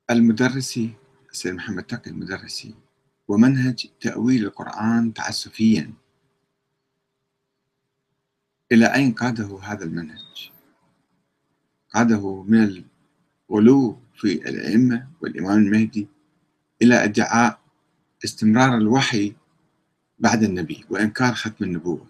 المدرسي السيد محمد تقي المدرسي ومنهج تأويل القرآن تعسفيا، إلى أين قاده هذا المنهج؟ قاده من الغلو في الأئمة والإمام المهدي إلى ادعاء استمرار الوحي بعد النبي وإنكار ختم النبوة.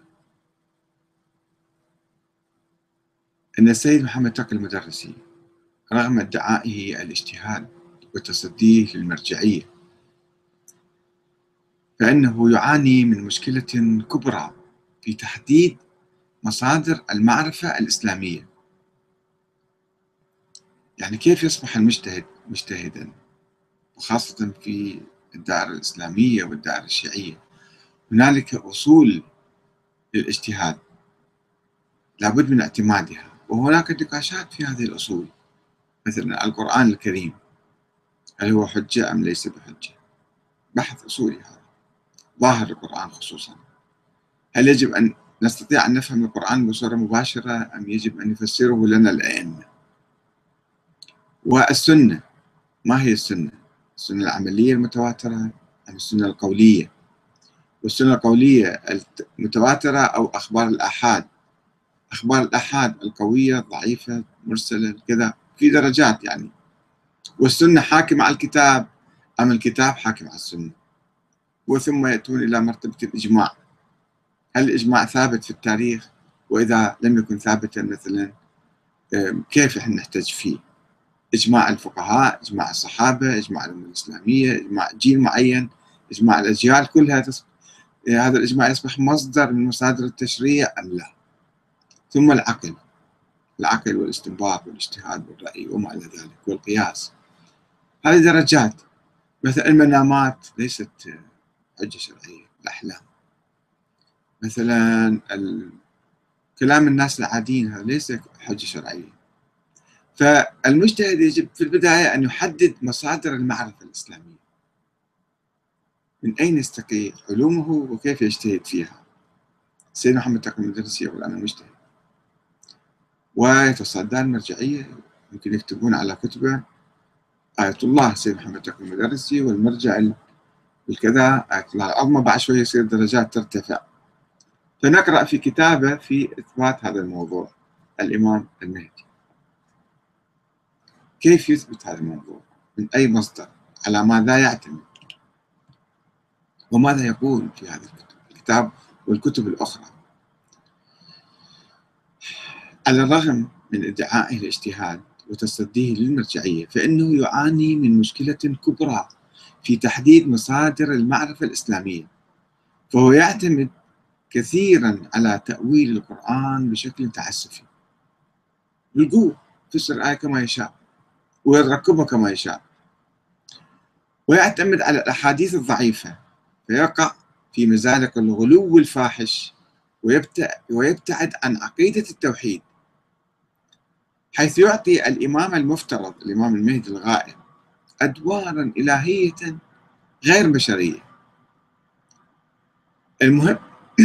أن السيد محمد تقي المدرسي رغم ادعائه الاجتهاد وتصديه للمرجعية فإنه يعاني من مشكلة كبرى في تحديد مصادر المعرفة الإسلامية. يعني كيف يصبح المجتهد مجتهدا، وخاصة في الدائرة الإسلامية والدائرة الشيعية هنالك أصول للاجتهاد لابد من اعتمادها، وهناك نقاشات في هذه الأصول. مثلا القرآن الكريم هل هو حجة أم ليس بحجة؟ بحث أصولي هذا. ظاهر القرآن خصوصا، هل يجب أن نستطيع أن نفهم القرآن بصورة مباشرة أم يجب أن يفسره لنا الأئمة؟ والسنة، ما هي السنة؟ السنة العملية المتواترة أم السنة القولية؟ والسنة القولية المتواترة أو أخبار الآحاد؟ أخبار الآحاد القوية ضعيفة مرسلة كذا في درجات يعني. والسنة حاكمة على الكتاب أم الكتاب حاكم على السنة؟ وثم يأتون إلى مرتبة الإجماع، هل الإجماع ثابت في التاريخ؟ وإذا لم يكن ثابتا مثلا كيف احنا نحتج فيه؟ إجماع الفقهاء، إجماع الصحابة، إجماع الأمة الإسلامية، إجماع جيل معين، إجماع الأجيال كلها هذا الإجماع يصبح مصدر من مصادر التشريع أم لا؟ ثم العقل والاستنباط والاجتهاد والرأي وما إلى ذلك والقياس. هذه درجات. مثلا المنامات ليست حجة شرعية، الأحلام مثلا، كلام الناس العاديين هذا ليس حجة شرعية. فالمجتهد يجب في البداية أن يحدد مصادر المعرفة الإسلامية، من أين يستقي علومه وكيف يجتهد فيها. السيد محمد تقي المدرسي يقول أنا مجتهد، ويتصدى المرجعية، يمكن يكتبون على كتبه آية الله السيد محمد تقي المدرسي والمرجع الكذا آية الله العظمى، بعد شوية يصير درجات ترتفع. فنقرأ في كتابه في إثبات هذا الموضوع الإمام المهدي كيف يثبت هذا الموضوع، من أي مصدر، على ماذا يعتمد، وماذا يقول في هذا الكتاب والكتب الأخرى. على الرغم من ادعائه الاجتهاد وتصديه للمرجعية فإنه يعاني من مشكلة كبرى في تحديد مصادر المعرفة الإسلامية، فهو يعتمد كثيرا على تأويل القرآن بشكل تعسفي، بالقوة يفسر الآية كما يشاء ويركبها كما يشاء، ويعتمد على الأحاديث الضعيفة، فيقع في مزالق الغلو الفاحش ويبتعد عن عقيدة التوحيد، حيث يعطي الإمام المفترض الإمام المهدي الغائب أدوارا إلهية غير بشرية. المهم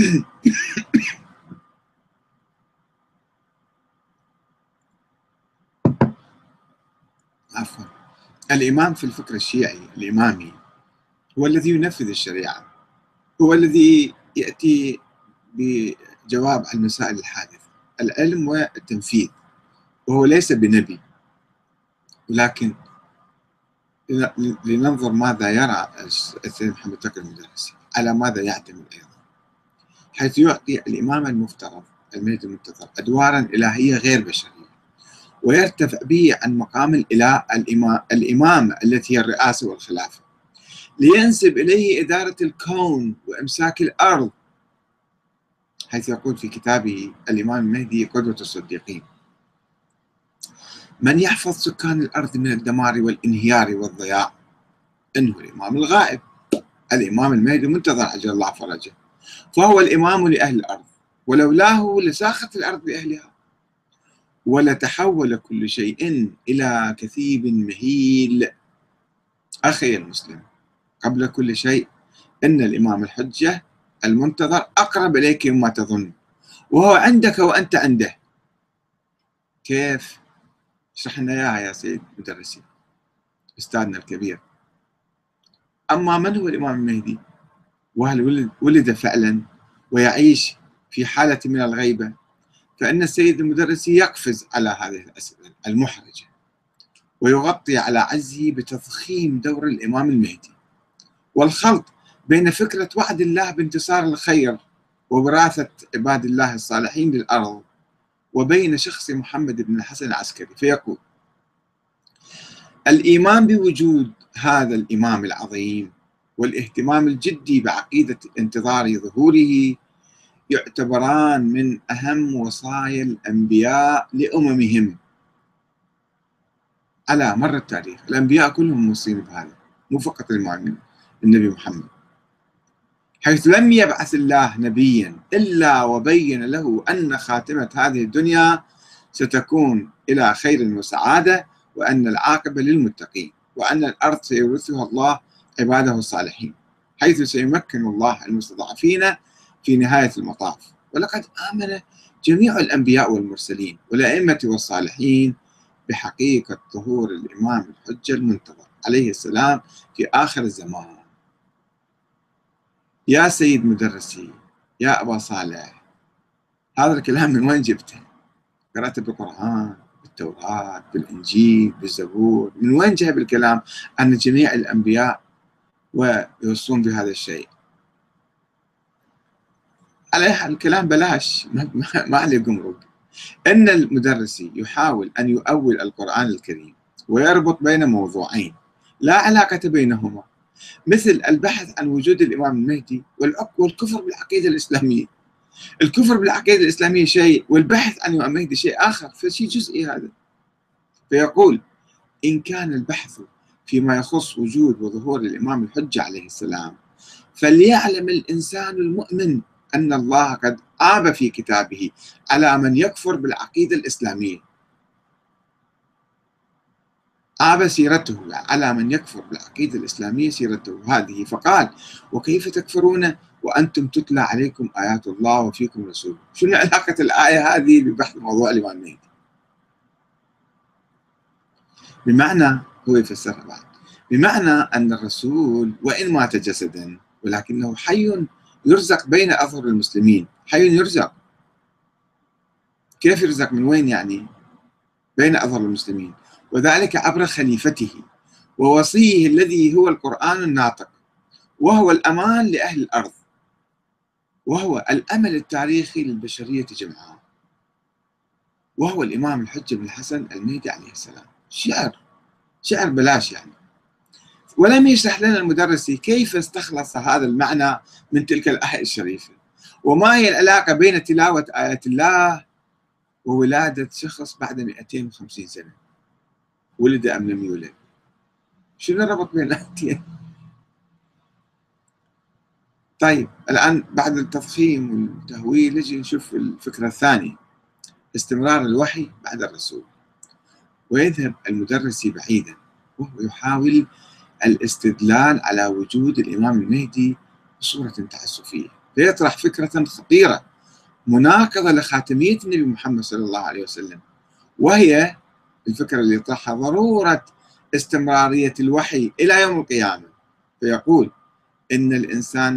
عفوا، الإمام في الفكر الشيعي الإمامي هو الذي ينفذ الشريعة، هو الذي يأتي بجواب عن المسائل الحادثة، العلم والتنفيذ، وهو ليس بنبي. ولكن لننظر ماذا يرى السيد محمد تقي المدرسي، على ماذا يعتمد أيضا، حيث يعطي الإمام المفترض المهدي المنتظر أدوارا إلهية غير بشرية، ويرتفع به عن مقام الإله الإمامة التي هي الرئاسة والخلافة، لينسب إليه إدارة الكون وإمساك الأرض، حيث يقول في كتابه الإمام المهدي قدوة الصديقين: من يحفظ سكان الأرض من الدمار والانهيار والضياع؟ إنه الإمام الغائب الإمام المهدي المنتظر عجل الله فرجه، فهو الإمام لأهل الأرض، ولولاه لساخت الأرض بأهلها، ولتحول كل شيء إلى كثيب مهيل. أخي المسلم، قبل كل شيء إن الإمام الحجة المنتظر أقرب إليك مما تظن، وهو عندك وأنت عنده. كيف؟ اشرح لنا إياها يا سيد مدرسي. أستاذنا الكبير. أما من هو الإمام المهدي؟ وهل ولد فعلا ويعيش في حالة من الغيبة؟ فإن السيد المدرسي يقفز على هذه الأسئلة المحرجة ويغطي على عجزه بتضخيم دور الإمام المهدي والخلط بين فكرة وعد الله بانتصار الخير ووراثة عباد الله الصالحين للأرض وبين شخص محمد بن الحسن العسكري. فيقول: الإيمان بوجود هذا الإمام العظيم والاهتمام الجدي بعقيدة انتظار ظهوره يعتبران من أهم وصايا الأنبياء لأممهم على مر التاريخ. الأنبياء كلهم موصين بهذا، مو فقط النبي محمد، حيث لم يبعث الله نبيا إلا وبين له أن خاتمة هذه الدنيا ستكون إلى خير وسعادة، وأن العاقبة للمتقين، وأن الأرض سيورثها الله عباده الصالحين، حيث سيمكن الله المستضعفين في نهاية المطاف. ولقد آمن جميع الأنبياء والمرسلين والأئمة والصالحين بحقيقة ظهور الإمام الحجة المنتظر عليه السلام في آخر الزمان. يا سيد مدرسي، يا أبا صالح، هذا الكلام من وين جبته؟ قرأت بالقرآن، بالتوراة، بالإنجيل، بالزبور، من وين جاب الكلام عن جميع الأنبياء ويوصون بهذا الشيء؟ عليه الكلام بلاش، ما عليه قمرق. إن المدرسي يحاول أن يؤول القرآن الكريم ويربط بين موضوعين لا علاقة بينهما، مثل البحث عن وجود الإمام المهدي والكفر بالعقيدة الإسلامية. الكفر بالعقيدة الإسلامية شيء، والبحث عن الإمام المهدي شيء آخر، فشيء جزئي هذا. فيقول: إن كان البحث فيما يخص وجود وظهور الإمام الحجة عليه السلام، فليعلم الإنسان المؤمن أن الله قد آب في كتابه على من يكفر بالعقيدة الإسلامية، آب سيرته على من يكفر بالعقيدة الإسلامية سيرته هذه، فقال: وكيف تكفرون وأنتم تتلى عليكم آيات الله وفيكم رسوله. شنو علاقة الآية هذه ببحث موضوع الإمام المهدي؟ بمعنى، هو يفسرها بعد، بمعنى أن الرسول وإن مات جسدا ولكنه حي يرزق بين أظهر المسلمين، حي يرزق. كيف يرزق؟ من وين يعني؟ بين أظهر المسلمين، وذلك عبر خليفته ووصيه الذي هو القرآن الناطق، وهو الأمان لأهل الأرض، وهو الأمل التاريخي للبشرية جمعاء، وهو الإمام الحجة بن الحسن المهدي عليه السلام. شعر بلاش يعني. ولم يشرح لنا المدرسي كيف استخلص هذا المعنى من تلك الآية الشريفة، وما هي العلاقة بين تلاوة آيات الله وولادة شخص بعد 250 سنة، ولد أم لم يولد. شنو الربط بين الآيتين؟ طيب الآن بعد التضخيم والتهويل نجي نشوف الفكرة الثانية، استمرار الوحي بعد الرسول. ويذهب المدرسي بعيدا وهو يحاول الاستدلال على وجود الإمام المهدي بصورة تعسفية، فيطرح فكرة خطيرة مناقضة لخاتمية النبي محمد صلى الله عليه وسلم، وهي الفكرة اللي يطرحها ضرورة استمرارية الوحي إلى يوم القيامة. فيقول: إن الإنسان